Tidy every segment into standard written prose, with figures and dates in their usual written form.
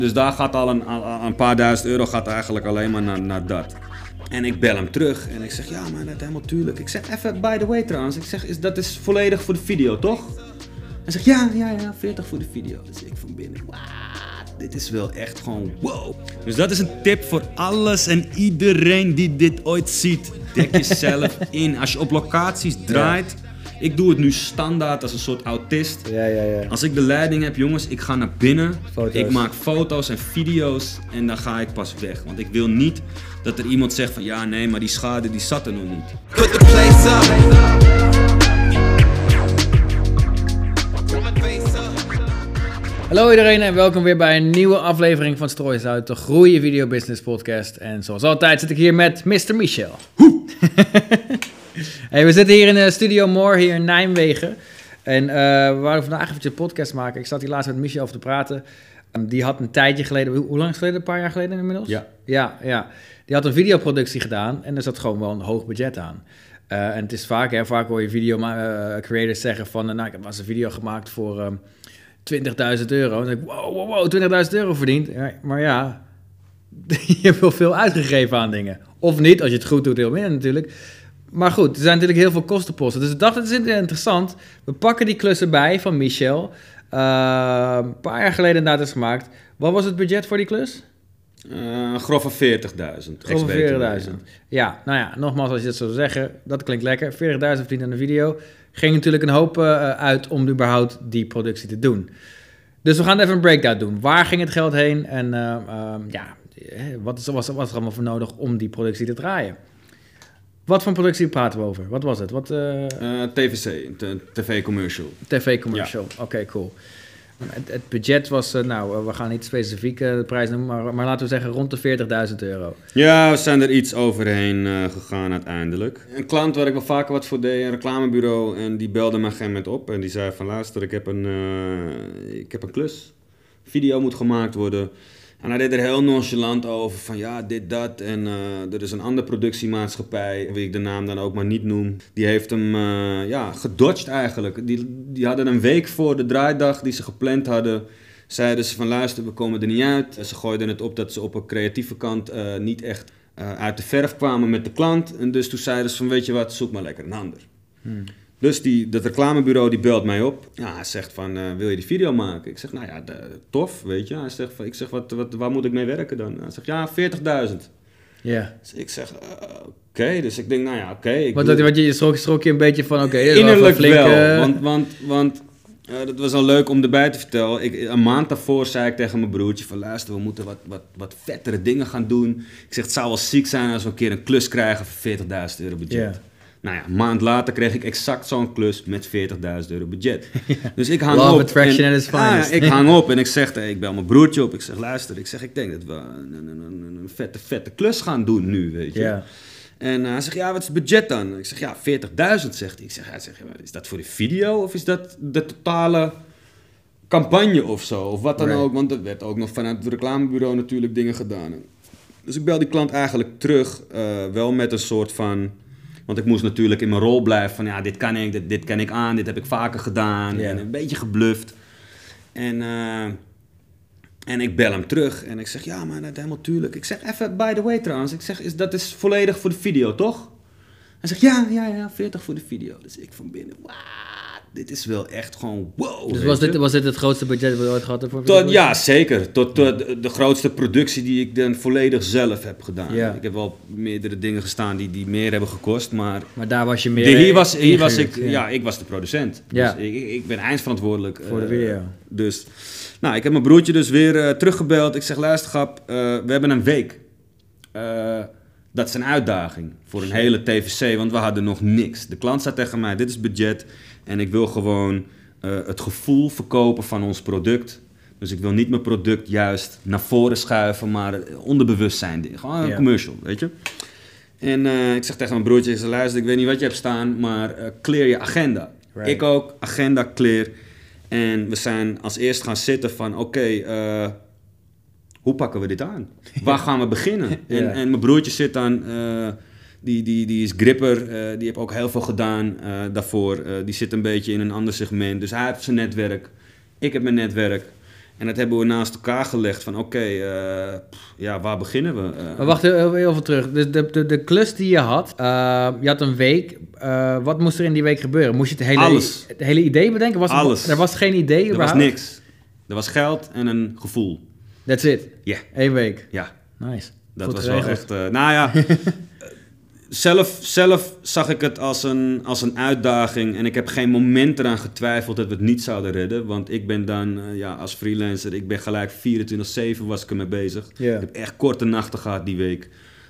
Dus daar gaat al een paar duizend euro gaat eigenlijk alleen maar naar dat. En ik bel hem terug en ik zeg, ja man, dat helemaal tuurlijk. Ik zeg, even by the way trouwens, ik zeg, dat is volledig voor de video, toch? Hij zegt, ja, 40 voor de video. Dus ik van binnen, wow, dit is wel echt gewoon wow. Dus dat is een tip voor alles en iedereen die dit ooit ziet. Dek jezelf in. Als je op locaties draait, ik doe het nu standaard als een soort autist. Ja. Als ik de leiding heb, jongens, ik ga naar binnen. Foto's. Ik maak foto's en video's en dan ga ik pas weg. Want ik wil niet dat er iemand zegt van ja, nee, maar die schade die zat er nog niet. Put the place up. Hallo iedereen en welkom weer bij een nieuwe aflevering van Stroois uit, de Groeien Video Business Podcast. En zoals altijd zit ik hier met Mr. Michel. Hey, we zitten hier in Studio More hier in Nijmegen. En we wouden vandaag even een podcast maken. Ik zat hier laatst met Michel over te praten. Die had een tijdje geleden, hoe lang geleden? Een paar jaar geleden inmiddels? Ja. Die had een videoproductie gedaan en er zat gewoon wel een hoog budget aan. En het is vaak hoor je video creators zeggen van, nou ik heb eens een video gemaakt voor 20.000 euro. Dan denk ik, wow, 20.000 euro verdiend. Ja, maar ja, je hebt wel veel uitgegeven aan dingen. Of niet, als je het goed doet, heel minder natuurlijk. Maar goed, er zijn natuurlijk heel veel kostenposten. Dus ik dacht, het is interessant. We pakken die klussen bij van Michel. Een paar jaar geleden inderdaad is gemaakt. Wat was het budget voor die klus? Grove 40.000. Grove 40.000. Ja, nou ja, nogmaals, als je het zou zeggen, dat klinkt lekker. 40.000 verdient aan een video. Ging natuurlijk een hoop uit om überhaupt die productie te doen. Dus we gaan even een breakdown doen. Waar ging het geld heen? En wat was er allemaal voor nodig om die productie te draaien? Wat voor productie praten we over? Wat was het? TVC, tv-commercial. TV-commercial, ja. Oké, cool. Het budget was, we gaan niet specifiek de prijs noemen, maar laten we zeggen rond de 40.000 euro. Ja, we zijn er iets overheen gegaan uiteindelijk. Een klant waar ik wel vaker wat voor deed, een reclamebureau, en die belde me op een gegeven moment op en die zei van luister, ik heb een klus. Video moet gemaakt worden. En hij deed er heel nonchalant over van ja, dit, dat. En er is een andere productiemaatschappij, wie ik de naam dan ook maar niet noem. Die heeft hem gedodged eigenlijk. Die hadden een week voor de draaidag die ze gepland hadden. Zeiden ze van luister, we komen er niet uit. Ze gooiden het op dat ze op een creatieve kant niet echt uit de verf kwamen met de klant. En dus toen zeiden ze van weet je wat, zoek maar lekker een ander. Dus dat reclamebureau die belt mij op. Ja, hij zegt van, wil je die video maken? Ik zeg, nou ja, tof, weet je. Hij zegt, ik zeg, waar moet ik mee werken dan? Hij zegt, ja, 40.000. Ja. Dus ik zeg, oké. Dus ik denk, nou ja, oké. Want je schrok je een beetje van, oké. Innerlijk wel, want dat was al leuk om erbij te vertellen. Een maand daarvoor zei ik tegen mijn broertje van, luister, we moeten wat vettere dingen gaan doen. Ik zeg, het zou wel ziek zijn als we een keer een klus krijgen voor 40.000 euro budget. Yeah. Nou ja, een maand later kreeg ik exact zo'n klus met 40.000 euro budget. Dus ik hang Love op. Attraction at its finest. Ik hang op en ik zeg, ik bel mijn broertje op. Ik zeg, luister, ik denk dat we een vette klus gaan doen nu, weet je. Yeah. En hij zegt, ja, wat is het budget dan? Ik zeg, ja, 40.000, zegt hij. Hij zegt, is dat voor de video of is dat de totale campagne of zo? Of wat dan ook, want er werd ook nog vanuit het reclamebureau natuurlijk dingen gedaan. Dus ik bel die klant eigenlijk terug, wel met een soort van... Want ik moest natuurlijk in mijn rol blijven van ja, dit kan ik aan, dit heb ik vaker gedaan. Yeah. En een beetje gebluft. En ik bel hem terug en ik zeg ja, maar dat helemaal tuurlijk. Ik zeg even by the way trouwens, ik zeg dat is volledig voor de video, toch? Hij zegt ja, 40 voor de video. Dus ik van binnen, dit is wel echt gewoon wow. Dus was dit het grootste budget dat we ooit gehad hebben? Ja, zeker. Tot de grootste productie die ik dan volledig zelf heb gedaan. Ja. Ik heb wel meerdere dingen gestaan die meer hebben gekost, maar daar was je meer hier was ik, ik was de producent. Ja. Dus ik ben eindverantwoordelijk. Voor de video. Dus, nou, ik heb mijn broertje dus weer teruggebeld. Ik zeg, luister Gap, we hebben een week. Dat is een uitdaging voor een hele TVC, want we hadden nog niks. De klant zei tegen mij, dit is budget en ik wil gewoon het gevoel verkopen van ons product. Dus ik wil niet mijn product juist naar voren schuiven, maar onderbewustzijn. Gewoon een commercial, weet je. En ik zeg tegen mijn broertje, ik zeg, luister, ik weet niet wat je hebt staan, maar clear je agenda. Right. Ik ook, agenda clear. En we zijn als eerst gaan zitten van, oké, hoe pakken we dit aan? Waar gaan we beginnen? En mijn broertje zit dan, die is gripper, die heeft ook heel veel gedaan daarvoor. Die zit een beetje in een ander segment, dus hij heeft zijn netwerk, ik heb mijn netwerk. En dat hebben we naast elkaar gelegd van oké, waar beginnen we? Maar wacht heel even terug. Dus de klus die je had een week. Wat moest er in die week gebeuren? Moest je het hele idee bedenken? Alles. Er was geen idee überhaupt? Er was niks. Er was geld en een gevoel. That's it? Ja. 1 week? Ja. Nice. Dat Goed was geregeld. wel echt... Zelf zag ik het als een uitdaging en ik heb geen moment eraan getwijfeld dat we het niet zouden redden. Want ik ben dan als freelancer, ik ben gelijk 24/7 was ik ermee bezig. Yeah. Ik heb echt korte nachten gehad die week.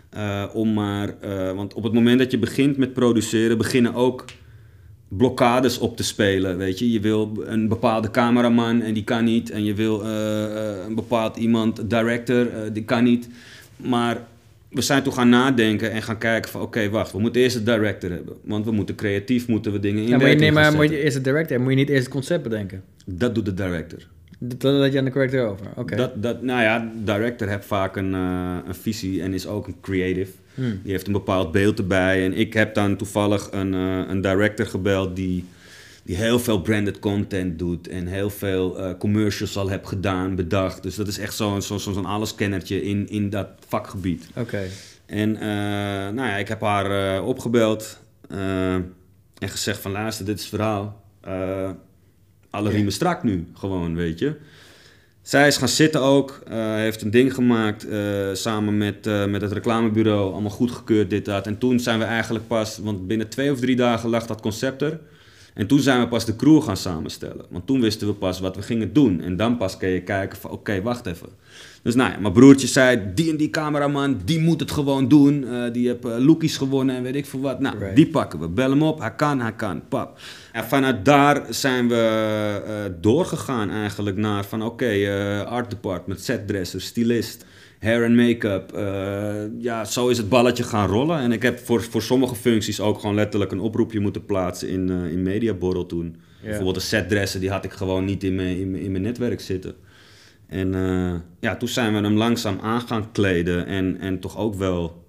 Want op het moment dat je begint met produceren, beginnen ook blokkades op te spelen, weet je. Je wil een bepaalde cameraman en die kan niet. En je wil een bepaald iemand, director, die kan niet. Maar we zijn toen gaan nadenken en gaan kijken van oké, wacht, we moeten eerst een director hebben. Want we moeten dingen in werking gaan moet je eerst een director hebben? Moet je niet eerst het concept bedenken? Dat doet de director. Dat je aan de director over? Oké. Director heeft vaak een visie en is ook een creative. Die heeft een bepaald beeld erbij. En ik heb dan toevallig een director gebeld die heel veel branded content doet en heel veel commercials al heb gedaan, bedacht. Dus dat is echt zo'n alleskennertje in dat vakgebied. Oké. En ik heb haar opgebeld en gezegd van luister, dit is het verhaal. Alle riemen strak nu, gewoon, weet je. Zij is gaan zitten ook, heeft een ding gemaakt samen met het reclamebureau, allemaal goedgekeurd, dit, dat. En toen zijn we eigenlijk pas, want binnen 2 of 3 dagen lag dat concept er. En toen zijn we pas de crew gaan samenstellen. Want toen wisten we pas wat we gingen doen. En dan pas kun je kijken van oké, wacht even. Dus mijn broertje zei, die en die cameraman, die moet het gewoon doen. Die heeft Lookies gewonnen en weet ik veel wat. Right. Die pakken we. Bel hem op, hij kan, pap. En vanuit daar zijn we doorgegaan eigenlijk naar van art department, setdresser, stylist, hair en make-up. Zo is het balletje gaan rollen. En ik heb voor sommige functies ook gewoon letterlijk een oproepje moeten plaatsen in Mediaborrel toen. Yeah. Bijvoorbeeld een setdresser, die had ik gewoon niet in mijn netwerk zitten. En toen zijn we hem langzaam aan gaan kleden. En toch ook wel,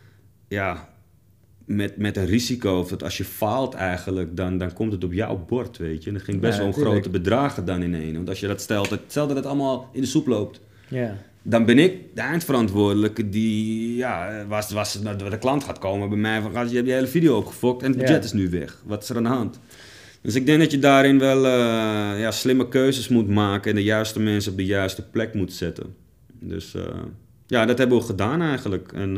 met een risico. Dat als je faalt eigenlijk, dan komt het op jouw bord, weet je. En dat ging best wel een grote bedragen dan in één. Want als je dat stelt dat het allemaal in de soep loopt. Yeah. Dan ben ik de eindverantwoordelijke die, was de klant gaat komen bij mij van, je hebt je hele video opgefokt en het budget is nu weg. Wat is er aan de hand? Dus ik denk dat je daarin wel slimme keuzes moet maken en de juiste mensen op de juiste plek moet zetten. Dus dat hebben we gedaan eigenlijk. En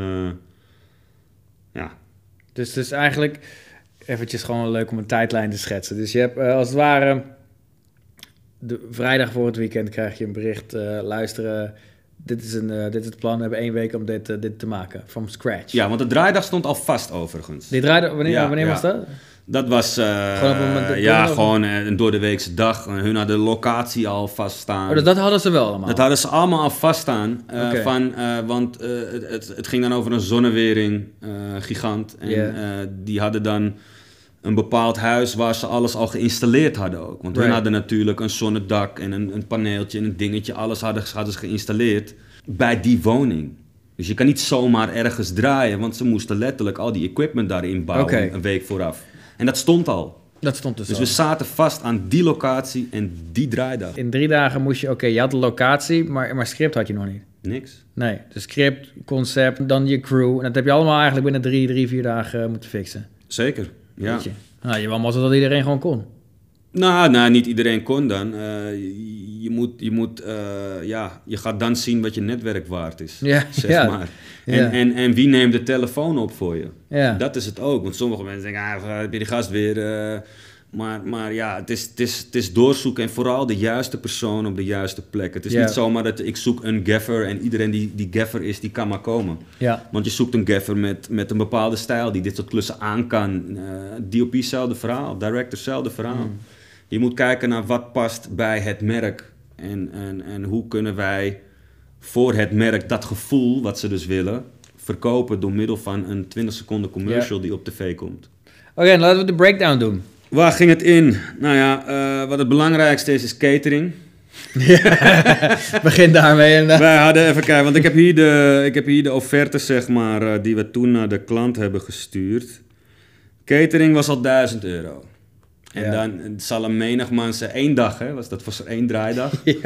Dus eigenlijk, eventjes gewoon leuk om een tijdlijn te schetsen. Dus je hebt als het ware, de vrijdag voor het weekend krijg je een bericht, luisteren. Dit is het plan, we hebben 1 week om dit te maken, from scratch. Ja, want de draaidag stond al vast overigens. Die draaidag, wanneer was dat? Dat was gewoon een doordeweekse dag. Hun hadden de locatie al vaststaan. Oh, dat hadden ze wel allemaal? Dat hadden ze allemaal al vaststaan. Okay. Want het ging dan over een zonnewering, gigant. En die hadden dan een bepaald huis waar ze alles al geïnstalleerd hadden ook. Want hun hadden natuurlijk een zonnedak en een paneeltje en een dingetje. Alles hadden ze geïnstalleerd bij die woning. Dus je kan niet zomaar ergens draaien, want ze moesten letterlijk al die equipment daarin bouwen een week vooraf. En dat stond al. Dat stond dus al. al. We zaten vast aan die locatie en die draaidag. In 3 dagen moest je, je had de locatie, maar script had je nog niet. Niks. Nee, de script, concept, dan je crew. En dat heb je allemaal eigenlijk binnen 3-4 dagen moeten fixen. Zeker, ja. Weet je. Nou, je wou maar dat iedereen gewoon kon. Nou, niet iedereen kon dan. Je gaat dan zien wat je netwerk waard is, zeg maar. En wie neemt de telefoon op voor je? Ja. Dat is het ook. Want sommige mensen denken, heb je die gast weer... Maar het is doorzoeken en vooral de juiste persoon op de juiste plek. Het is niet zomaar dat ik zoek een gaffer en iedereen die gaffer is, die kan maar komen. Ja. Want je zoekt een gaffer met een bepaalde stijl die dit soort klussen aan kan. DOP, hetzelfde verhaal. Director, hetzelfde verhaal. Je moet kijken naar wat past bij het merk. En hoe kunnen wij voor het merk dat gevoel, wat ze dus willen, verkopen door middel van een 20 seconden commercial die op tv komt. Oké, laten we de breakdown doen. Waar ging het in? Nou ja, wat het belangrijkste is catering. Begin daarmee inderdaad. Wij hadden even kijken, want ik heb hier de offerte, zeg maar, die we toen naar de klant hebben gestuurd. Catering was al €1000. En dan zal een menig man zeggen, 1 dag, hè, was dat voor 1 draaidag. Ja.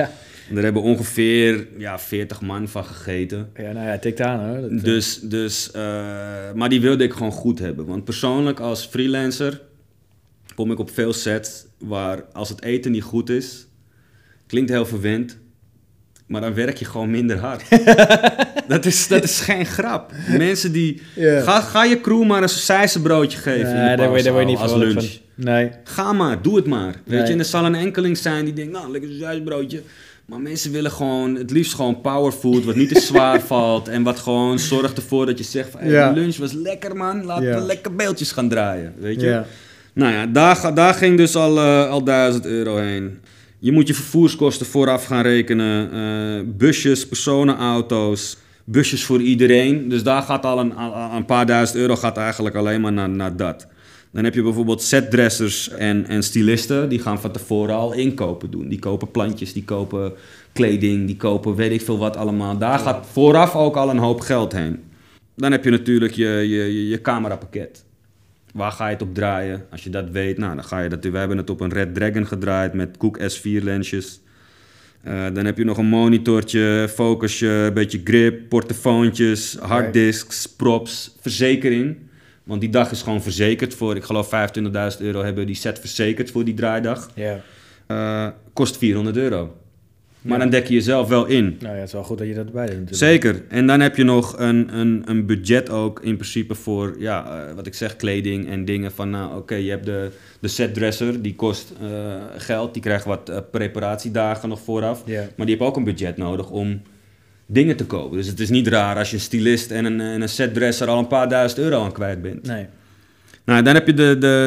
En daar hebben ongeveer 40 man van gegeten. Ja, nou ja, tikt aan hoor. Maar die wilde ik gewoon goed hebben. Want persoonlijk als freelancer kom ik op veel sets waar als het eten niet goed is, klinkt heel verwend, maar dan werk je gewoon minder hard. dat is geen grap. Mensen die... Ga je crew maar een sausijzenbroodje geven in de pauze, daar word je niet als vrolijk lunch. van. Nee. Ga maar, doe het maar. Weet Nee. je, en er zal een enkeling zijn die denkt, nou, lekker sausijzenbroodje. Maar mensen willen gewoon, het liefst gewoon powerfood, wat niet te zwaar valt. En wat gewoon zorgt ervoor dat je zegt van, hey, de lunch was lekker man, laten we lekker beeldjes gaan draaien. Weet je? Ja. Nou ja, daar ging dus al €1000 heen. Je moet je vervoerskosten vooraf gaan rekenen. Busjes, personenauto's, busjes voor iedereen. Dus daar gaat al een paar €1000 gaat eigenlijk alleen maar naar dat. Dan heb je bijvoorbeeld setdressers en stylisten. Die gaan van tevoren al inkopen doen. Die kopen plantjes, die kopen kleding, die kopen weet ik veel wat allemaal. Daar gaat vooraf ook al een hoop geld heen. Dan heb je natuurlijk je camerapakket. Waar ga je het op draaien? Als je dat weet, nou, dan ga je dat. We hebben het op een Red Dragon gedraaid met Cooke S4 lensjes. Dan heb je nog een monitortje, focusje, een beetje grip, portofoontjes, harddisks, props, verzekering. Want die dag is gewoon verzekerd voor, ik geloof €25.000 hebben die set verzekerd voor die draaidag. Kost €400. Maar dan dek je jezelf wel in. Nou ja, het is wel goed dat je dat erbij doet natuurlijk. Zeker. En dan heb je nog een budget ook in principe voor, wat ik zeg, kleding en dingen van, nou oké, je hebt de setdresser, die kost geld, die krijgt wat preparatiedagen nog vooraf. Ja. Maar die heeft ook een budget nodig om dingen te kopen. Dus het is niet raar als je een stylist en een setdresser al een paar €1000 aan kwijt bent. Nee. Nou, dan heb je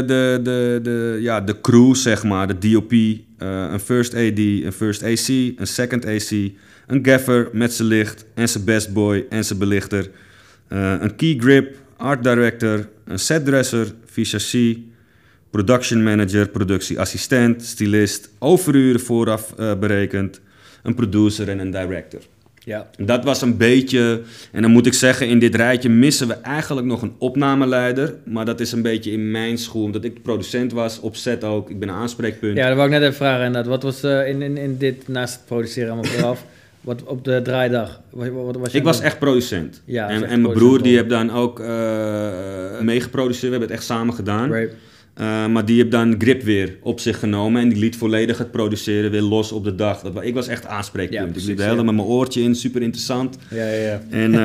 de crew, zeg maar, de DOP, een first AD, een first AC, een second AC, een gaffer met zijn licht en zijn best boy en zijn belichter, een key grip, art director, een setdresser, visagie, production manager, productieassistent, stylist, overuren vooraf berekend, een producer en een director. Ja. Dat was een beetje, en dan moet ik zeggen, in dit rijtje missen we eigenlijk nog een opnameleider. Maar dat is een beetje in mijn schoen, omdat ik producent was, op set ook. Ik ben een aanspreekpunt. Ja, dat wou ik net even vragen inderdaad. Wat was in dit, naast het produceren allemaal vooraf, wat op de draaidag? Wat was je Ik was echt producent. Ja, en mijn broer die heeft dan ook meegeproduceerd. We hebben het echt samen gedaan. Right. Maar die heeft dan grip weer op zich genomen en die liet volledig het produceren weer los op de dag. Ik was echt aanspreekpunt. Ja, precies, ik liep de hele met mijn oortje in, super interessant. Ja.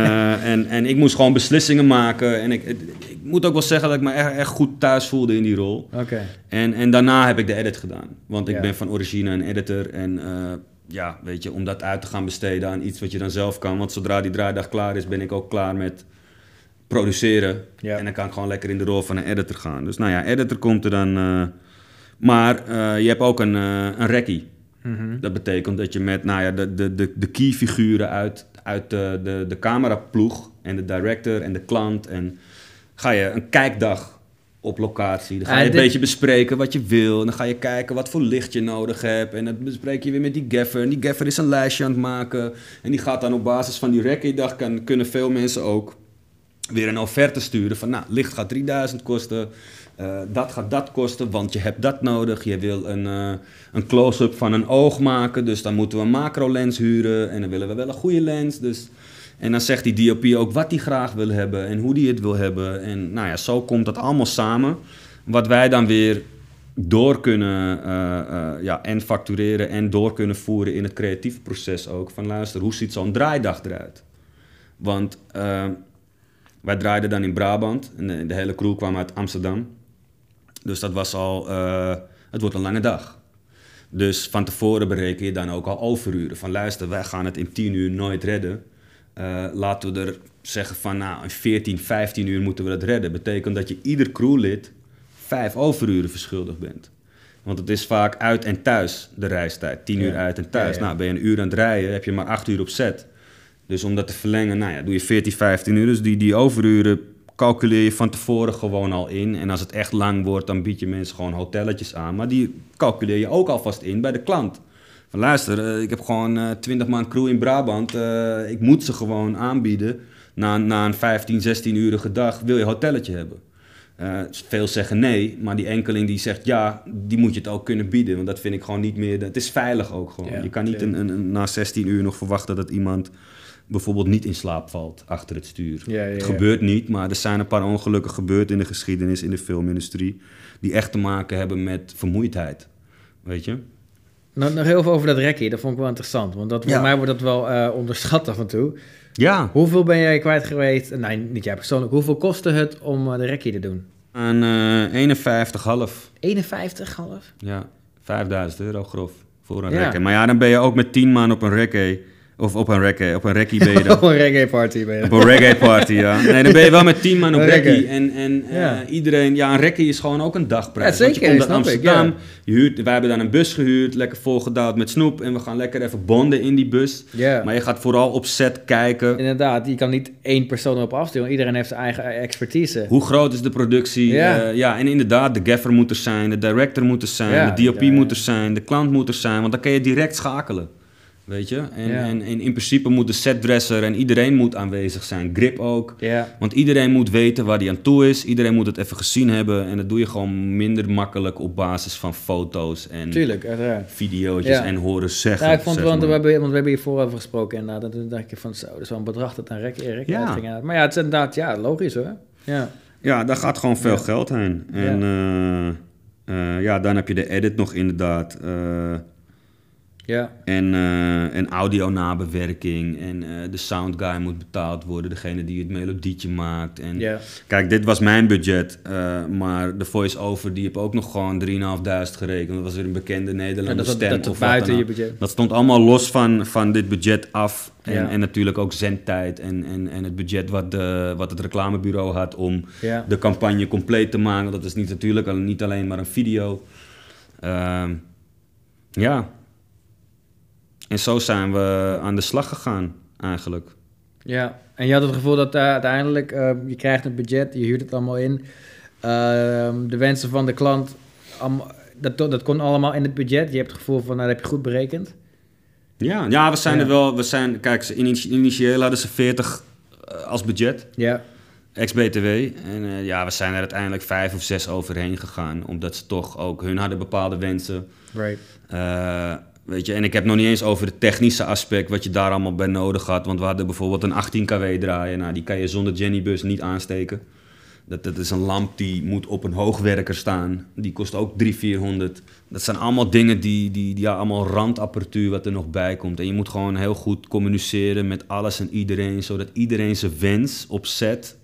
En ik moest gewoon beslissingen maken. En ik moet ook wel zeggen dat ik me echt goed thuis voelde in die rol. Oké. En daarna heb ik de edit gedaan. Want ik Ja. ben van origine een editor. En weet je, om dat uit te gaan besteden aan iets wat je dan zelf kan. Want zodra die draaidag klaar is, ben ik ook klaar met produceren. Ja. En dan kan ik gewoon lekker in de rol van een editor gaan. Dus nou ja, editor komt er dan. Maar je hebt ook een recce. Mhm. Dat betekent dat je met de key figuren uit de cameraploeg en de director en de klant en ga je een kijkdag op locatie. Dan ga je een beetje bespreken wat je wil. En dan ga je kijken wat voor licht je nodig hebt. En dat bespreek je weer met die gaffer. En die gaffer is een lijstje aan het maken. En die gaat dan op basis van die recce-dag kunnen veel mensen ook weer een offerte sturen van, nou, licht gaat 3000 kosten, dat gaat dat kosten, want je hebt dat nodig. Je wil een close-up van een oog maken, dus dan moeten we een macro-lens huren en dan willen we wel een goede lens. Dus, en dan zegt die DOP ook wat hij graag wil hebben en hoe hij het wil hebben. En nou ja, zo komt dat allemaal samen. Wat wij dan weer door kunnen en factureren en door kunnen voeren in het creatieve proces ook. Van luister, hoe ziet zo'n draaidag eruit? Want wij draaiden dan in Brabant en de hele crew kwam uit Amsterdam. Dus dat was al, het wordt een lange dag. Dus van tevoren bereken je dan ook al overuren. Van luister, wij gaan het in 10 uur nooit redden. Laten we er zeggen van, nou, in 14, 15 uur moeten we dat redden. Betekent dat je ieder crewlid 5 overuren verschuldigd bent. Want het is vaak uit en thuis de reistijd. 10 uur uit en thuis. Nou, ben je een uur aan het rijden, heb je maar 8 uur op set. Dus om dat te verlengen, nou ja, doe je 14, 15 uur. Dus die overuren calculeer je van tevoren gewoon al in. En als het echt lang wordt, dan bied je mensen gewoon hotelletjes aan. Maar die calculeer je ook alvast in bij de klant. Van luister, ik heb gewoon 20 man crew in Brabant. Ik moet ze gewoon aanbieden. Na een 15, 16-urige dag wil je hotelletje hebben. Veel zeggen nee, maar die enkeling die zegt ja, die moet je het ook kunnen bieden. Want dat vind ik gewoon niet meer... Het is veilig ook gewoon. Je kan niet na 16 uur nog verwachten dat iemand bijvoorbeeld niet in slaap valt achter het stuur. Het gebeurt niet, maar er zijn een paar ongelukken gebeurd in de geschiedenis, in de filmindustrie, die echt te maken hebben met vermoeidheid. Weet je? Nog heel veel over dat rekkie, dat vond ik wel interessant. Want voor mij wordt dat wel onderschat af en toe. Ja. Hoeveel ben jij kwijt geweest? Nee, niet jij persoonlijk. Hoeveel kostte het om de rekkie te doen? Aan 51,5. 51,5? Ja, €5.000 grof voor een rekkie. Maar ja, dan ben je ook met 10 man op een rekkie. Of op een rekkie ben je dan. Op een reggae party ben je. Op een reggae party, ja. Nee, dan ben je wel met 10 man op rekkie. En iedereen... Ja, een rekkie is gewoon ook een dagprijs. Ja, zeker. Want je komt uit Amsterdam. Wij hebben dan een bus gehuurd. Lekker volgedouwd met snoep. En we gaan lekker even bonden in die bus. Yeah. Maar je gaat vooral op set kijken. Inderdaad, je kan niet één persoon erop afsturen. Iedereen heeft zijn eigen expertise. Hoe groot is de productie? Ja. En inderdaad, de gaffer moet er zijn. De director moet er zijn. De DOP moet er zijn. De klant moet er zijn. Want dan kan je direct schakelen. Weet je? En in principe moet de setdresser en iedereen moet aanwezig zijn. Grip ook. Ja. Want iedereen moet weten waar hij aan toe is. Iedereen moet het even gezien hebben. En dat doe je gewoon minder makkelijk op basis van foto's en video's en horen zeggen. Ja, ik vond het wel, want we hebben hiervoor over gesproken inderdaad. En toen dacht ik van zo, dat is wel een bedrag dat aan Rek uitging. Maar ja, het is inderdaad, logisch hoor. Ja, daar gaat gewoon veel geld heen. En dan heb je de edit nog inderdaad. En audio-nabewerking en de sound guy moet betaald worden, degene die het melodietje maakt. En kijk, dit was mijn budget, maar de voice-over die heb ook nog gewoon 3.500 gerekend. Dat was weer een bekende Nederlandse stem. Dat buiten je budget. Dat stond allemaal los van dit budget af. En natuurlijk ook zendtijd en het budget wat het reclamebureau had om de campagne compleet te maken. Dat is natuurlijk niet alleen maar een video. En zo zijn we aan de slag gegaan, eigenlijk. Ja, en je had het gevoel dat uiteindelijk, je krijgt een budget, je huurt het allemaal in. De wensen van de klant, dat kon allemaal in het budget. Je hebt het gevoel van, dat heb je goed berekend. Ja, we zijn er wel. Kijk, initieel hadden ze 40 als budget. Ja. Ex-BTW. En we zijn er uiteindelijk 5 of 6 overheen gegaan. Omdat ze toch ook, hun hadden bepaalde wensen. Right. Weet je, en ik heb nog niet eens over het technische aspect wat je daar allemaal bij nodig had. Want we hadden bijvoorbeeld een 18 kW draaien. Nou, die kan je zonder Jennybus niet aansteken. Dat is een lamp die moet op een hoogwerker staan. Die kost ook 300-400. Dat zijn allemaal dingen die allemaal randapparatuur wat er nog bij komt. En je moet gewoon heel goed communiceren met alles en iedereen. Zodat iedereen zijn wens op set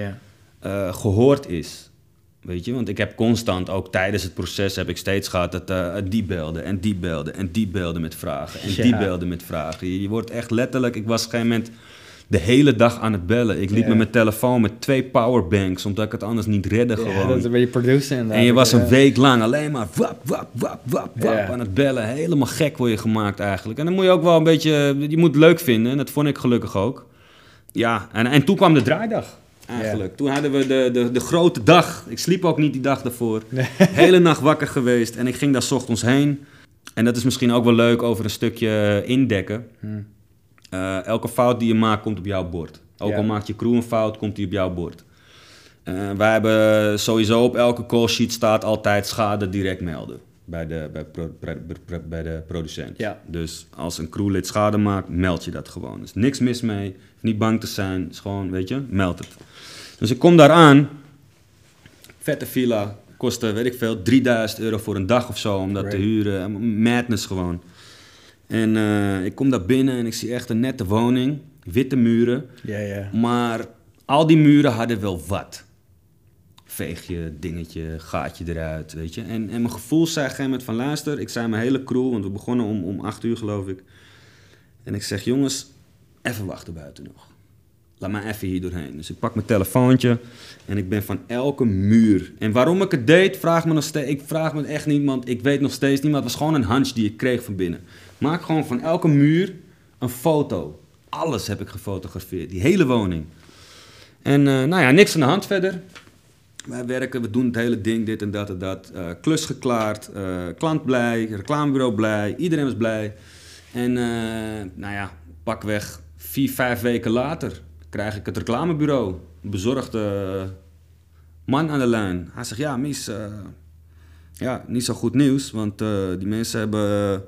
gehoord is. Weet je, want ik heb constant, ook tijdens het proces heb ik steeds gehad dat die belden en die belden en die belden met vragen en die belden met vragen. Je wordt echt letterlijk, ik was op een gegeven moment de hele dag aan het bellen. Ik liep met mijn telefoon met 2 powerbanks, omdat ik het anders niet redde gewoon. Dat is een beetje produceren. En je was een week lang alleen maar wap aan het bellen. Helemaal gek word je gemaakt eigenlijk. En dan moet je ook wel een beetje, je moet het leuk vinden. En dat vond ik gelukkig ook. Ja, en toen kwam de draaidag. Eigenlijk. Toen hadden we de grote dag. Ik sliep ook niet die dag daarvoor. Hele nacht wakker geweest. En ik ging daar 's ochtends heen. En dat is misschien ook wel leuk over een stukje indekken. Elke fout die je maakt, komt op jouw bord. Ook al maakt je crew een fout, komt die op jouw bord. Wij hebben sowieso op elke call sheet staat altijd schade direct melden. Bij de producent. Ja. Dus als een crewlid schade maakt, meld je dat gewoon. Er is niks mis mee. Niet bang te zijn. Is gewoon, weet je, meld het. Dus ik kom daar aan. Vette villa. Kostte, weet ik veel, €3.000 voor een dag of zo om dat te huren. Madness gewoon. En ik kom daar binnen en ik zie echt een nette woning. Witte muren. Maar al die muren hadden wel wat. Veegje, dingetje, gaatje eruit, weet je. En mijn gevoel zei op een gegeven moment van luister, ik zei mijn hele crew, want we begonnen om 8 uur geloof ik. En ik zeg jongens, even wachten buiten nog. Laat mij even hier doorheen. Dus ik pak mijn telefoontje en ik ben van elke muur. En waarom ik het deed, vraag me nog steeds. Ik vraag me echt niet, want ik weet nog steeds niet. Maar het was gewoon een hunch die ik kreeg van binnen. Maak gewoon van elke muur een foto. Alles heb ik gefotografeerd, die hele woning. En niks aan de hand verder. Wij werken, we doen het hele ding, dit en dat en dat. Klus geklaard, klant blij, reclamebureau blij, iedereen was blij. En pakweg 4-5 weken later krijg ik het reclamebureau bezorgd Man aan de lijn. Hij zegt, ja, Mies, niet zo goed nieuws. Want die mensen hebben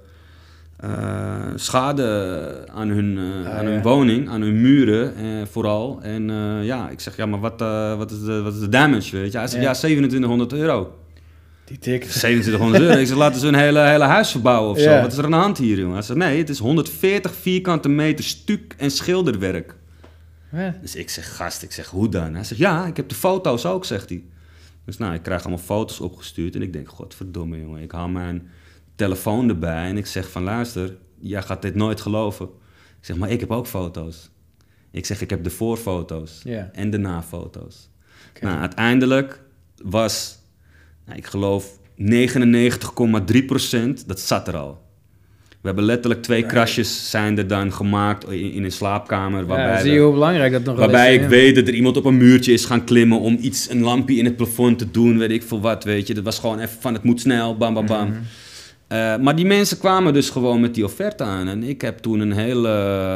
schade aan hun woning, aan hun muren vooral. En ik zeg, ja, maar wat is de damage, weet je? Hij zegt, ja, €2700. Die tik. €2700. Ik zeg, laten ze een hele huis verbouwen of zo. Ja. Wat is er aan de hand hier, jongen? Hij zegt, nee, het is 140 vierkante meter stuk- en schilderwerk. Ja. Dus ik zeg, gast, hoe dan? Hij zegt, ja, ik heb de foto's ook, zegt hij. Dus ik krijg allemaal foto's opgestuurd en ik denk, godverdomme, jongen. Ik haal mijn telefoon erbij en ik zeg van, luister, jij gaat dit nooit geloven. Ik zeg, maar ik heb ook foto's. Ik zeg, ik heb de voorfoto's en de nafoto's. Okay. Uiteindelijk was... ik geloof 99,3%, dat zat er al. We hebben letterlijk 2 krasjes zijn er dan gemaakt in een slaapkamer. Waarbij zie je hoe belangrijk dat nog is. Waarbij ik weet dat er iemand op een muurtje is gaan klimmen om een lampje in het plafond te doen, weet ik veel wat, weet je. Dat was gewoon even van, het moet snel, bam, bam, bam. Maar die mensen kwamen dus gewoon met die offerte aan. En ik heb toen een hele,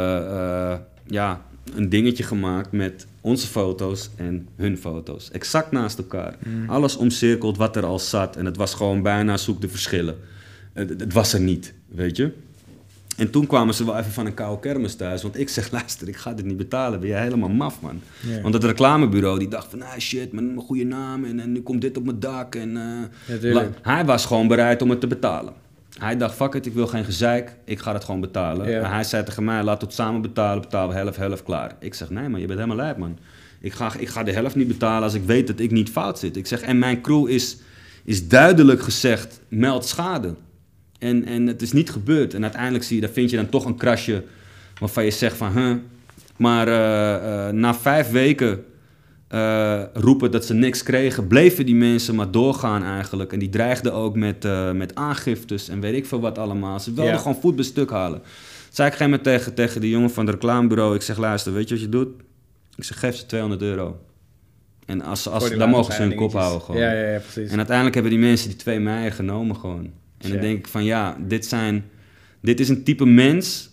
een dingetje gemaakt met onze foto's en hun foto's. Exact naast elkaar. Alles omcirkeld wat er al zat. En het was gewoon bijna zoek de verschillen. Het was er niet, weet je. En toen kwamen ze wel even van een koude kermis thuis. Want ik zeg, luister, ik ga dit niet betalen. Ben jij helemaal maf, man. Yeah. Want het reclamebureau, die dacht van, shit, met een goede naam. En nu komt dit op mijn dak. En, hij was gewoon bereid om het te betalen. Hij dacht, fuck it, ik wil geen gezeik. Ik ga het gewoon betalen. Yeah. Maar hij zei tegen mij, laten we het samen betalen. Betalen we helft, klaar. Ik zeg, nee man, je bent helemaal lijp, man. Ik ga de helft niet betalen als ik weet dat ik niet fout zit. Ik zeg, en mijn crew is duidelijk gezegd, meld schade. En het is niet gebeurd. En uiteindelijk vind je dan toch een krasje waarvan je zegt van... Maar na 5 weken roepen dat ze niks kregen... bleven die mensen maar doorgaan eigenlijk. En die dreigden ook met aangiftes en weet ik veel wat allemaal. Ze wilden gewoon voet bij stuk halen. Zei ik op een gegeven moment tegen die jongen van het reclamebureau... Ik zeg, luister, weet je wat je doet? Ik zeg, geef ze €200. En dan mogen ze hun kop houden gewoon. Ja, precies. En uiteindelijk hebben die mensen die 2 meijer genomen gewoon... En dan denk ik van dit is een type mens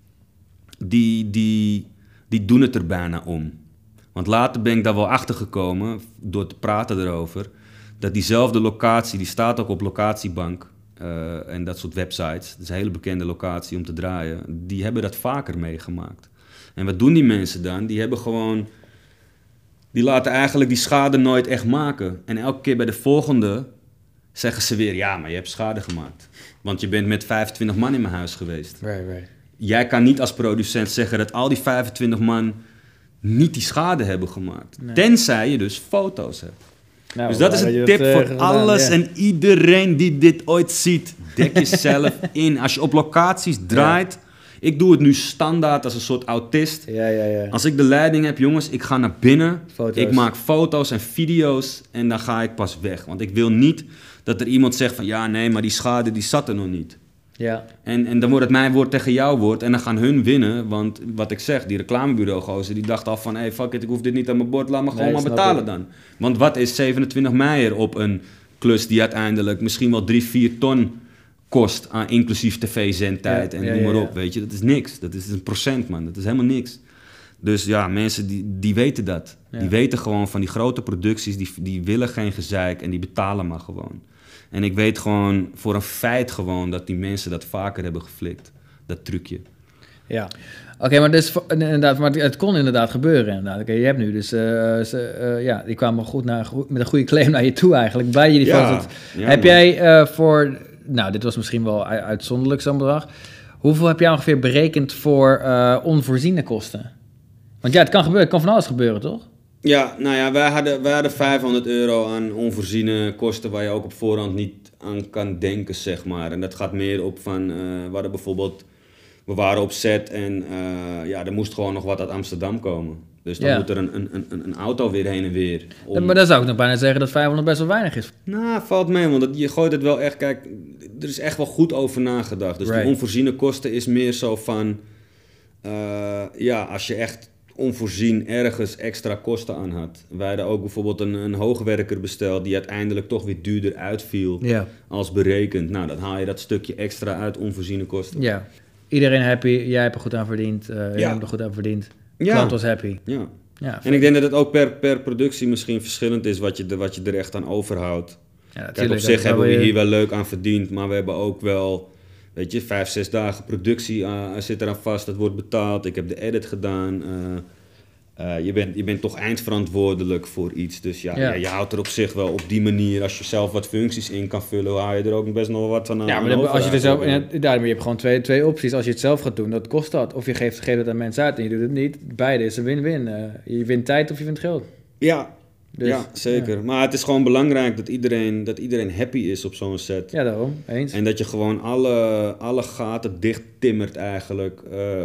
die doen het er bijna om. Want later ben ik daar wel achter gekomen, door te praten erover, dat diezelfde locatie, die staat ook op Locatiebank en dat soort websites, dat is een hele bekende locatie om te draaien, die hebben dat vaker meegemaakt. En wat doen die mensen dan? Die laten eigenlijk die schade nooit echt maken. En elke keer bij de volgende... zeggen ze weer, ja, maar je hebt schade gemaakt. Want je bent met 25 man in mijn huis geweest. Right. Jij kan niet als producent zeggen dat al die 25 man niet die schade hebben gemaakt. Nee. Tenzij je dus foto's hebt. Nou, dus dat is een tip voor alles en iedereen die dit ooit ziet. Dek jezelf in. Als je op locaties draait... Ik doe het nu standaard als een soort autist. Ja. Als ik de leiding heb, jongens, ik ga naar binnen. Foto's. Ik maak foto's en video's en dan ga ik pas weg. Want ik wil niet dat er iemand zegt van... ja, nee, maar die schade die zat er nog niet. Ja. En dan wordt het mijn woord tegen jouw woord en dan gaan hun winnen. Want wat ik zeg, die reclamebureau-gozer, die dacht al van... hey, fuck it, ik hoef dit niet aan mijn bord, laat me gewoon maar betalen dan. Want wat is 27 meijer op een klus die uiteindelijk misschien wel 3-4 ton... kost aan inclusief tv-zendtijd en noem maar op, weet je. Dat is niks. Dat is 1%, man. Dat is helemaal niks. Dus ja, mensen die weten dat. Ja. Die weten gewoon van die grote producties, die willen geen gezeik en die betalen maar gewoon. En ik weet gewoon voor een feit gewoon dat die mensen dat vaker hebben geflikt. Dat trucje. Ja. Oké, maar dus inderdaad, maar het kon inderdaad gebeuren inderdaad. Oké, je hebt nu dus, die kwamen goed met een goede claim naar je toe eigenlijk, bij jullie foto's. Ja, heb jij voor... Nou, dit was misschien wel uitzonderlijk zo'n bedrag. Hoeveel heb jij ongeveer berekend voor onvoorziene kosten? Want ja, het kan gebeuren, het kan van alles gebeuren, toch? Ja, nou ja, wij hadden €500 aan onvoorziene kosten waar je ook op voorhand niet aan kan denken, zeg maar. En dat gaat meer op van, we waren op set en er moest gewoon nog wat uit Amsterdam komen. Dus dan moet er een auto weer heen en weer. Maar dan zou ik nog bijna zeggen dat 500 best wel weinig is. Nou, valt mee, want je gooit het wel echt... Kijk, er is echt wel goed over nagedacht. Dus die onvoorziene kosten is meer zo van... als je echt onvoorzien ergens extra kosten aan had. Wij hadden ook bijvoorbeeld een hoogwerker besteld... die uiteindelijk toch weer duurder uitviel als berekend. Nou, dan haal je dat stukje extra uit onvoorziene kosten. Ja, iedereen happy. Jij hebt er goed aan verdiend. Jij hebt er goed aan verdiend. Klant was happy. Ja. Ja, en ik denk dat het ook per productie misschien verschillend is wat je er echt aan overhoudt. Ja, Kijk, op zich hebben we hier wel leuk aan verdiend, maar we hebben ook wel, weet je, 5-6 dagen productie zit eraan vast, dat wordt betaald. Ik heb de edit gedaan. Je bent toch eindverantwoordelijk voor iets, dus je houdt er op zich wel op die manier, als je zelf wat functies in kan vullen, hou je er ook best nog wel wat van aan. Ja, maar als je er zelf, je hebt gewoon twee opties. Als je het zelf gaat doen, dat kost dat. Of je geeft het aan mensen uit en je doet het niet. Beide is een win-win. Je wint tijd of je wint geld. Ja, dus, ja, zeker. Ja. Maar het is gewoon belangrijk dat iedereen happy is op zo'n set. Ja, daarom. Eens. En dat je gewoon alle gaten dicht timmert eigenlijk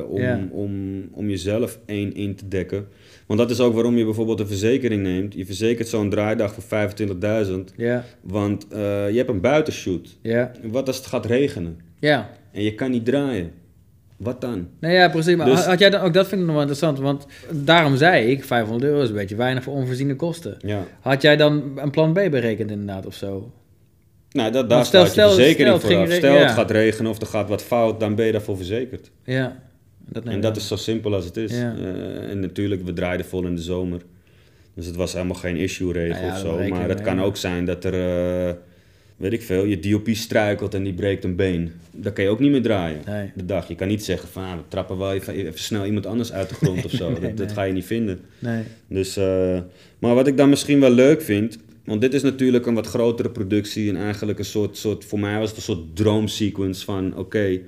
om jezelf in te dekken. Want dat is ook waarom je bijvoorbeeld een verzekering neemt. Je verzekert zo'n draaidag voor 25.000. Ja. Want je hebt een buitenshoot. Ja. Wat als het gaat regenen? Ja. En je kan niet draaien. Wat dan? Nee, ja, precies. Maar had jij dan ook, dat vind ik nog wel interessant, want daarom zei ik, €500 is een beetje weinig voor onvoorziene kosten. Ja. Had jij dan een plan B berekend inderdaad of zo? Nou, daar staat je verzekering voor af. Stel het gaat regenen of er gaat wat fout, dan ben je daarvoor verzekerd. Ja. Dat is zo simpel als het is. Ja. En natuurlijk, we draaiden vol in de zomer. Dus het was helemaal geen issue-regel of zo. Maar het kan ook zijn dat er, weet ik veel, je DOP struikelt en die breekt een been. Dan kan je ook niet meer draaien de dag. Je kan niet zeggen van, we trappen wel even snel iemand anders uit de grond of zo. Dat ga je niet vinden. Nee. Dus, maar wat ik dan misschien wel leuk vind, want dit is natuurlijk een wat grotere productie en eigenlijk een soort voor mij was het een soort droomsequence van, oké,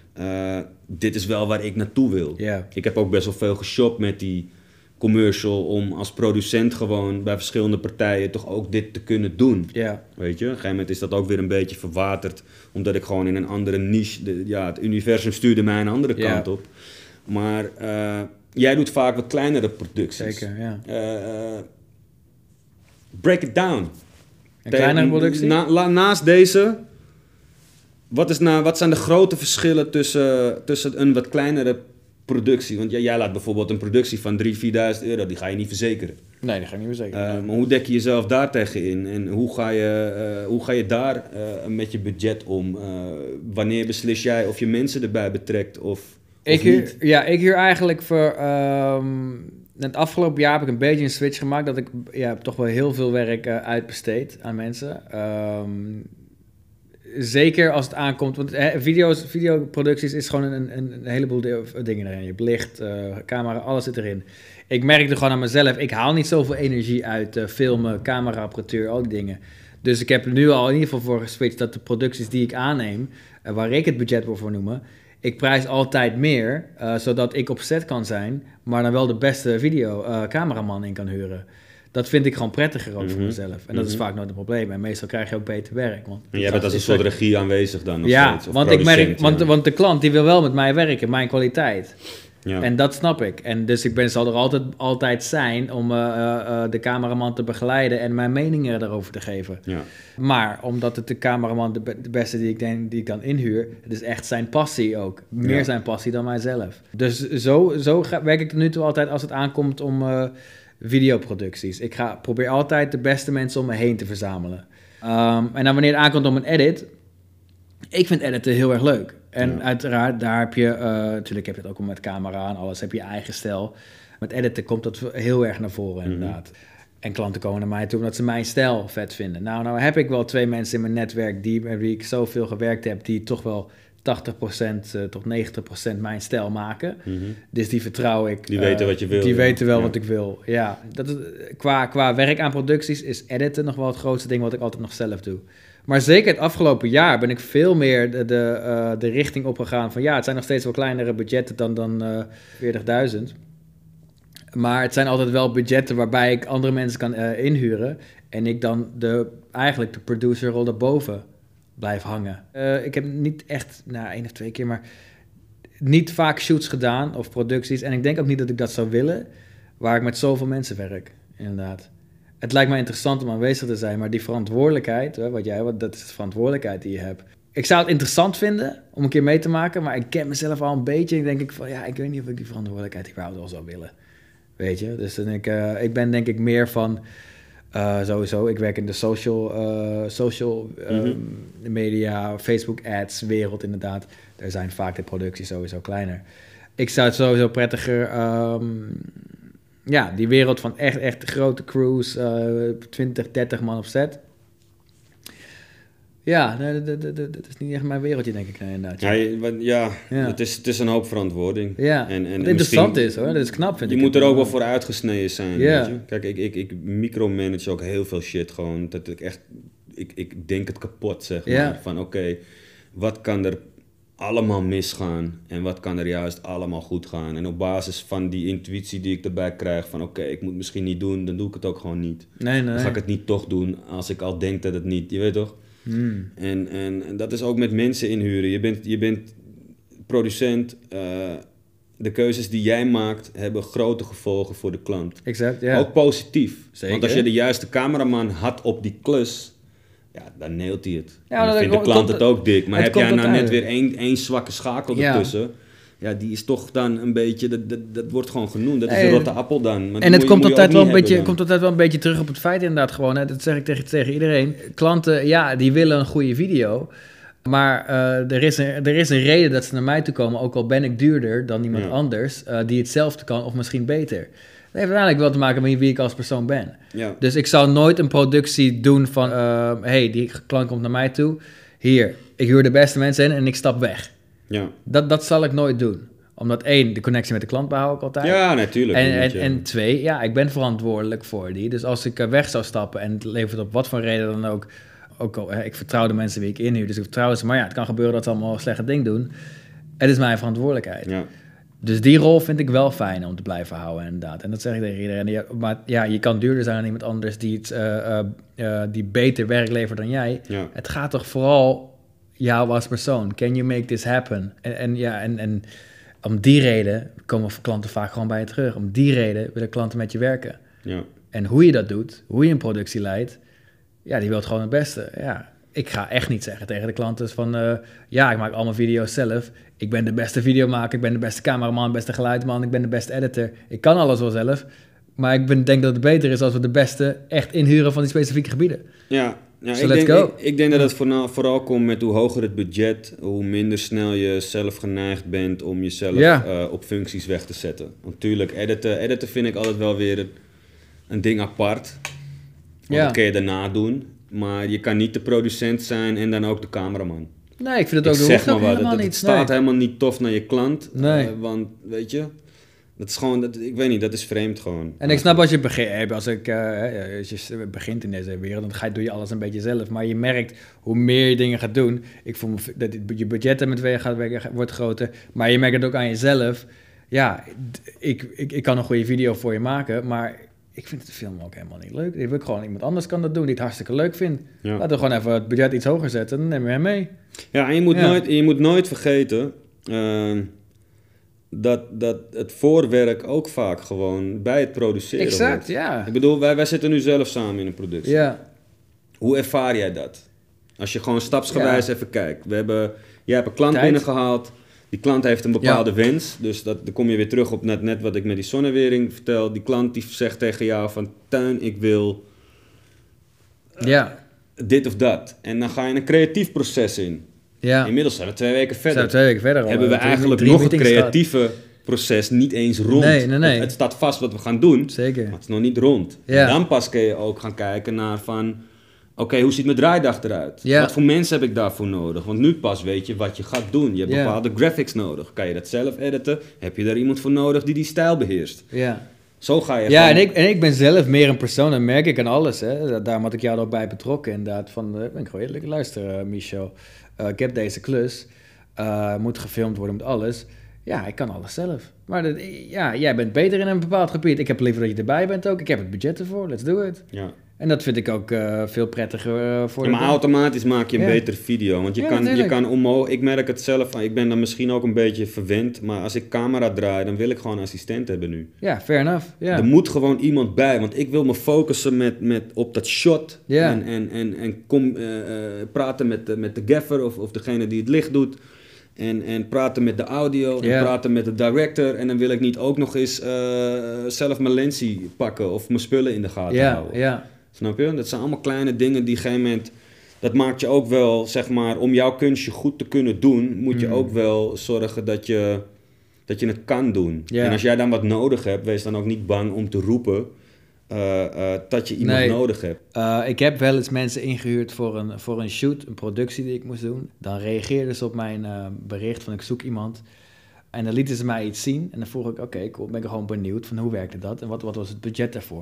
dit is wel waar ik naartoe wil. Yeah. Ik heb ook best wel veel geshopt met die commercial om als producent gewoon bij verschillende partijen toch ook dit te kunnen doen. Yeah. Weet je, op een gegeven moment is dat ook weer een beetje verwaterd, omdat ik gewoon in een andere niche, het universum stuurde mij een andere kant op. Maar jij doet vaak wat kleinere producties. Zeker, ja. Break it down. Een kleinere productie? Naast deze, wat zijn de grote verschillen tussen een wat kleinere productie? Want jij laat bijvoorbeeld een productie van 3.000-4.000 euro, die ga je niet verzekeren. Nee, die ga ik niet verzekeren. Maar hoe dek je jezelf daar tegen in? En hoe ga je daar met je budget om? Wanneer beslis jij of je mensen erbij betrekt of niet? Ik huur eigenlijk voor... het afgelopen jaar heb ik een beetje een switch gemaakt, dat ik toch wel heel veel werk uitbesteed aan mensen. Zeker als het aankomt, want videoproducties is gewoon een heleboel dingen erin. Je hebt licht, camera, alles zit erin. Ik merkte gewoon aan mezelf, ik haal niet zoveel energie uit filmen, cameraapparatuur, al die dingen. Dus ik heb er nu al in ieder geval voor geswitcht dat de producties die ik aanneem, waar ik het budget voor noemen, ik prijs altijd meer, zodat ik op set kan zijn, maar dan wel de beste cameraman in kan huren. Dat vind ik gewoon prettiger ook voor mezelf. En dat is vaak nooit een probleem. En meestal krijg je ook beter werk. Want en jij bent als een soort regie aanwezig dan nog steeds? Of want ik merk, want de klant die wil wel met mij werken, mijn kwaliteit. Ja. En dat snap ik. En dus zal er altijd zijn om de cameraman te begeleiden en mijn meningen daarover te geven. Ja. Maar omdat het de cameraman de beste die ik dan inhuur, het is echt zijn passie ook. Meer zijn passie dan mijzelf. Dus zo werk ik er nu toe altijd als het aankomt om videoproducties. Ik probeer altijd de beste mensen om me heen te verzamelen. En dan wanneer het aankomt om een edit, ik vind editen heel erg leuk. En uiteraard, daar heb je, natuurlijk heb je het ook met camera en alles, heb je eigen stijl. Met editen komt dat heel erg naar voren inderdaad. En klanten komen naar mij toe omdat ze mijn stijl vet vinden. Nou heb ik wel 2 mensen in mijn netwerk met wie ik zoveel gewerkt heb, die toch wel 80% tot 90% mijn stijl maken. Dus die vertrouw ik. Die weten wat je wil. Die weten wel wat ik wil. Ja, dat is, qua werk aan producties is editen nog wel het grootste ding wat ik altijd nog zelf doe. Maar zeker het afgelopen jaar ben ik veel meer de richting opgegaan van het zijn nog steeds wel kleinere budgetten dan 40.000. Maar het zijn altijd wel budgetten waarbij ik andere mensen kan inhuren. En ik dan eigenlijk de producerrol daarboven blijf hangen. Ik heb niet echt, 1 of 2 keer, maar niet vaak shoots gedaan of producties. En ik denk ook niet dat ik dat zou willen, waar ik met zoveel mensen werk, inderdaad. Het lijkt me interessant om aanwezig te zijn, maar die verantwoordelijkheid, dat is de verantwoordelijkheid die je hebt. Ik zou het interessant vinden om een keer mee te maken, maar ik ken mezelf al een beetje. En denk ik van, ik weet niet of ik die verantwoordelijkheid überhaupt wel zou willen. Weet je? Dus ik ben denk ik meer van, sowieso, ik werk in de social media, Facebook ads wereld inderdaad. Daar zijn vaak de producties sowieso kleiner. Ik zou het sowieso prettiger ja, die wereld van echt grote crews, 20, 30 man op set. Ja, dat is niet echt mijn wereldje, denk ik. Nee, inderdaad. Ja, het is een hoop verantwoording. Ja, en wat interessant is hoor, dat is knap vind ik. Je moet er ook wel voor uitgesneden zijn, Ja. weet je. Kijk, ik micromanage ook heel veel shit gewoon. Dat ik echt, ik denk het kapot, zeg maar. Ja. Van oké, wat kan er allemaal misgaan en wat kan er juist allemaal goed gaan. En op basis van die intuïtie die ik erbij krijg van oké, ik moet misschien niet doen, dan doe ik het ook gewoon niet. Nee. Dan ga ik het niet toch doen als ik al denk dat het niet, je weet toch? En dat is ook met mensen inhuren. Je bent producent. De keuzes die jij maakt hebben grote gevolgen voor de klant. Exact, ja. Ook positief. Zeker. Want als je de juiste cameraman had op die klus, ja, dan neelt hij het. Ja, En dan vindt de klant het ook dik. Maar het heb jij komt nou net weer uiteindelijk. één zwakke schakel Ja. ertussen... Ja, die is toch dan een beetje... Dat wordt gewoon genoemd. Dat is de rotte appel dan. Maar En het komt altijd wel een beetje terug op het feit inderdaad gewoon. Hè, dat zeg ik tegen iedereen. Klanten, ja, die willen een goede video. Maar er is een reden dat ze naar mij toe komen. Ook al ben ik duurder dan iemand anders. Die hetzelfde kan of misschien beter. Dat heeft uiteindelijk wel te maken met wie ik als persoon ben. Ja. Dus ik zou nooit een productie doen van... hey, die klant komt naar mij toe. Hier, ik huur de beste mensen in en ik stap weg. Ja. Dat zal ik nooit doen. Omdat 1, de connectie met de klant behoud ik altijd. Ja, natuurlijk. En 2, ja, ik ben verantwoordelijk voor die. Dus als ik weg zou stappen en het levert op wat voor reden dan ook al, ik vertrouw de mensen wie ik inhuur, dus ik vertrouw ze. Maar ja, het kan gebeuren dat ze allemaal een slechte ding doen. Het is mijn verantwoordelijkheid. Ja. Dus die rol vind ik wel fijn om te blijven houden, inderdaad. En dat zeg ik tegen iedereen. Maar ja, je kan duurder zijn dan iemand anders die beter werk levert dan jij. Ja. Het gaat toch vooral jou als persoon. Can you make this happen? En om die reden komen klanten vaak gewoon bij je terug. Om die reden willen klanten met je werken. Ja. En hoe je dat doet, hoe je een productie leidt, ja, die wil gewoon het beste. Ja, ik ga echt niet zeggen tegen de klanten van... ja, ik maak allemaal video's zelf. Ik ben de beste videomaker, ik ben de beste cameraman, de beste geluidsman, ik ben de beste editor. Ik kan alles wel zelf. Maar ik denk dat het beter is als we de beste echt inhuren van die specifieke gebieden. Ja, So let's go. Ik denk dat het vooral komt met hoe hoger het budget, hoe minder snel je zelf geneigd bent om jezelf op functies weg te zetten. Natuurlijk, editen vind ik altijd wel weer een ding apart. Want dat kun je daarna doen. Maar je kan niet de producent zijn en dan ook de cameraman. Nee, ik vind het ook helemaal niet. Het staat helemaal niet tof naar je klant. Nee. Want, weet je... Dat is gewoon, ik weet niet, dat is vreemd gewoon. En ik snap als je begint in deze wereld, dan doe je alles een beetje zelf. Maar je merkt hoe meer je dingen gaat doen. Ik voel dat je budget wordt groter. Maar je merkt het ook aan jezelf. Ja, ik kan een goede video voor je maken, maar ik vind het film ook helemaal niet leuk. Ik wil gewoon iemand anders kan dat doen die het hartstikke leuk vindt. Ja. Laten we gewoon even het budget iets hoger zetten, dan nemen we hem mee. Ja, en je moet nooit vergeten... Dat het voorwerk ook vaak gewoon bij het produceren exact, wordt. Ja. Ik bedoel, wij zitten nu zelf samen in een productie. Ja. Hoe ervaar jij dat? Als je gewoon stapsgewijs even kijkt. Jij hebt een klant Tijd. binnengehaald. Die klant heeft een bepaalde wens. Dus dan kom je weer terug op net wat ik met die zonnewering vertel. Die klant die zegt tegen jou van... Teun, ik wil dit of dat. En dan ga je een creatief proces in. Ja. Inmiddels zijn we 2 weken verder. Zijn we 2 weken verder al. Hebben we eigenlijk 3 nog een meetings creatieve proces niet eens rond. Nee. Het staat vast wat we gaan doen, Zeker. maar het is nog niet rond. Ja. En dan pas kun je ook gaan kijken naar van... Oké, hoe ziet mijn draaidag eruit? Ja. Wat voor mensen heb ik daarvoor nodig? Want nu pas weet je wat je gaat doen. Je hebt Ja. bepaalde graphics nodig. Kan je dat zelf editen? Heb je daar iemand voor nodig die stijl beheerst? Ja. Zo ga je Ja, gewoon... en ik ben zelf meer een persoon, dat merk ik aan alles. Hè. Daarom had ik jou er ook bij betrokken, inderdaad. Ben ik gewoon eerlijk, luister Michel, ik heb deze klus, moet gefilmd worden met alles. Ja, ik kan alles zelf. Maar jij bent beter in een bepaald gebied. Ik heb liever dat je erbij bent ook. Ik heb het budget ervoor, let's do it. Ja. En dat vind ik ook veel prettiger voor Ja, maar automatisch maak je een Ja. betere video. Want je kan omhoog... Ik merk het zelf, ik ben dan misschien ook een beetje verwend. Maar als ik camera draai, dan wil ik gewoon een assistent hebben nu. Ja, fair enough. Ja. Er moet gewoon iemand bij. Want ik wil me focussen op dat shot. Ja. En praten met de gaffer of degene die het licht doet. En praten met de audio. Ja. En praten met de director. En dan wil ik niet ook nog eens zelf mijn lensie pakken. Of mijn spullen in de gaten houden. Ja. Snap je? Dat zijn allemaal kleine dingen die op een gegeven moment... Dat maakt je ook wel, zeg maar, om jouw kunstje goed te kunnen doen... moet je ook wel zorgen dat je dat je het kan doen. Ja. En als jij dan wat nodig hebt, wees dan ook niet bang om te roepen dat je iemand nodig hebt. Ik heb wel eens mensen ingehuurd voor een shoot, een productie die ik moest doen. Dan reageerden ze op mijn bericht van ik zoek iemand. En dan lieten ze mij iets zien. En dan vroeg ik, oké, cool, ben ik gewoon benieuwd van hoe werkte dat? En wat was het budget daarvoor?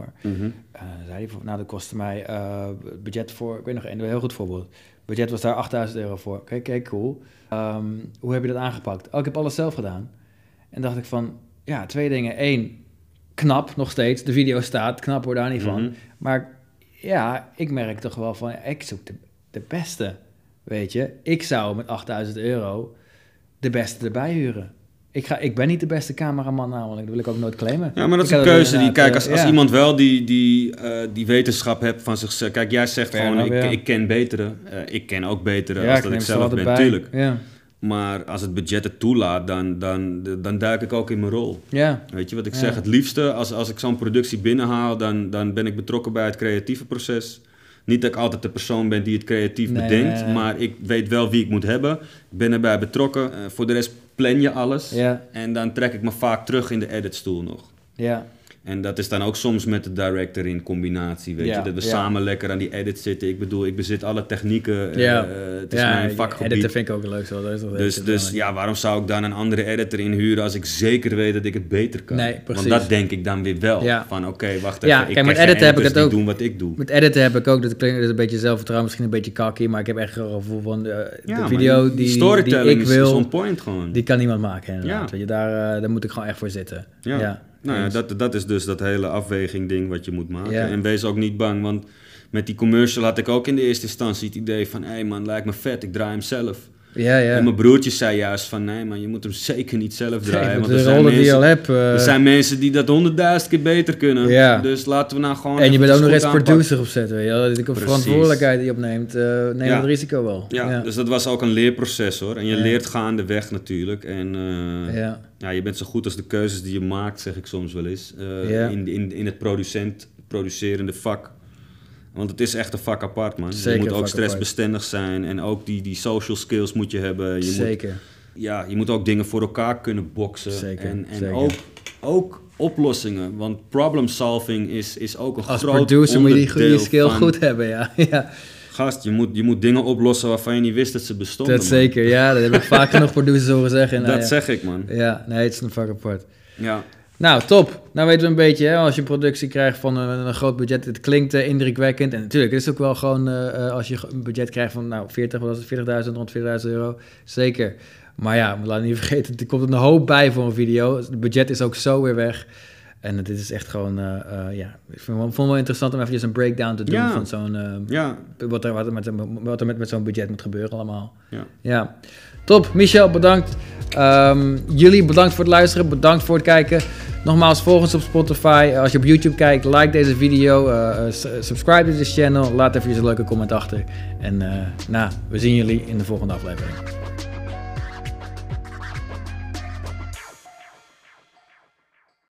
Zei hij, nou, dat kostte mij het budget voor... Ik weet nog een heel goed voorbeeld. Het budget was daar €8.000 voor. Oké, cool. Hoe heb je dat aangepakt? Oh, ik heb alles zelf gedaan. En dacht ik van, ja, 2 dingen. 1, knap nog steeds. De video staat, knap hoor daar niet van. Maar ja, ik merk toch wel van, ik zoek de beste, weet je. Ik zou met €8.000 de beste erbij huren. Ik ben niet de beste cameraman namelijk, dat wil ik ook nooit claimen. Ja, maar dat is een keuze. Die, kijk, als iemand wel die wetenschap hebt van zichzelf... Kijk, jij zegt gewoon, ik ken betere. Ik ken ook betere als dat ik zelf ben, tuurlijk. Ja. Maar als het budget het toelaat, dan duik ik ook in mijn rol. Ja. Weet je wat ik zeg? Het liefste, als ik zo'n productie binnenhaal, dan ben ik betrokken bij het creatieve proces. Niet dat ik altijd de persoon ben die het creatief bedenkt, maar ik weet wel wie ik moet hebben. Ik ben erbij betrokken. Voor de rest plan je alles. Ja. En dan trek ik me vaak terug in de editstoel nog. Ja. En dat is dan ook soms met de director in combinatie, weet je. Dat we samen lekker aan die edit zitten. Ik bedoel, ik bezit alle technieken. Het is mijn vakgebied. Editen vind ik ook leuk zo. Dus waarom zou ik dan een andere editor inhuren als ik zeker weet dat ik het beter kan? Nee, precies. Want dat denk ik dan weer wel. Ja. Van oké, wacht even. Ja, kijk, met editen heb ik het ook. Doen wat ik doe. Met editen heb ik ook, dat klinkt een beetje zelfvertrouwen, misschien een beetje cocky, maar ik heb echt een gevoel van de video die ik wil, is on point gewoon. Die kan niemand maken. Ja. Weet je, daar moet ik gewoon echt voor zitten. Ja. Nou ja, dat is dus dat hele afweging ding wat je moet maken. Ja. En wees ook niet bang, want met die commercial had ik ook in de eerste instantie het idee van... Hé man, lijkt me vet, ik draai hem zelf. Ja. En mijn broertje zei juist van... Nee man, je moet hem zeker niet zelf draaien. Want er zijn mensen die dat 100.000 keer beter kunnen. Ja. Dus laten we nou gewoon... En je bent ook nog eens producer opzetten. Ja? De verantwoordelijkheid die je opneemt, neem het risico wel. Ja, dus dat was ook een leerproces hoor. En je leert gaandeweg natuurlijk. En je bent zo goed als de keuzes die je maakt, zeg ik soms wel eens. In het producerende vak. Want het is echt een vak apart, man. Zeker, je moet ook stressbestendig zijn en ook die social skills moet je hebben. Zeker. Je moet ook dingen voor elkaar kunnen boksen. Zeker. En ook oplossingen, want problem solving is ook een als groot producer onderdeel moet je die skill goed hebben, ja. Gast, je moet dingen oplossen waarvan je niet wist dat ze bestonden. Dat man. Zeker, ja. Dat heb ik vaak genoeg producers horen zeggen. Dat zeg ik, man. Ja, nee, het is een vak apart. Ja. Nou, top. Nou weten we een beetje, hè, als je een productie krijgt van een groot budget, het klinkt indrukwekkend. En natuurlijk, het is ook wel gewoon, als je een budget krijgt van rond €40.000, zeker. Maar ja, laat niet vergeten, er komt een hoop bij voor een video. Het budget is ook zo weer weg. En dit is echt gewoon, ik vond het wel interessant om even een breakdown te doen van zo'n, wat er met zo'n budget moet gebeuren allemaal. Ja. Top, Michel, bedankt. Jullie bedankt voor het luisteren, bedankt voor het kijken. Nogmaals, volg ons op Spotify. Als je op YouTube kijkt, like deze video, subscribe to this channel. Laat even een leuke comment achter. En we zien jullie in de volgende aflevering.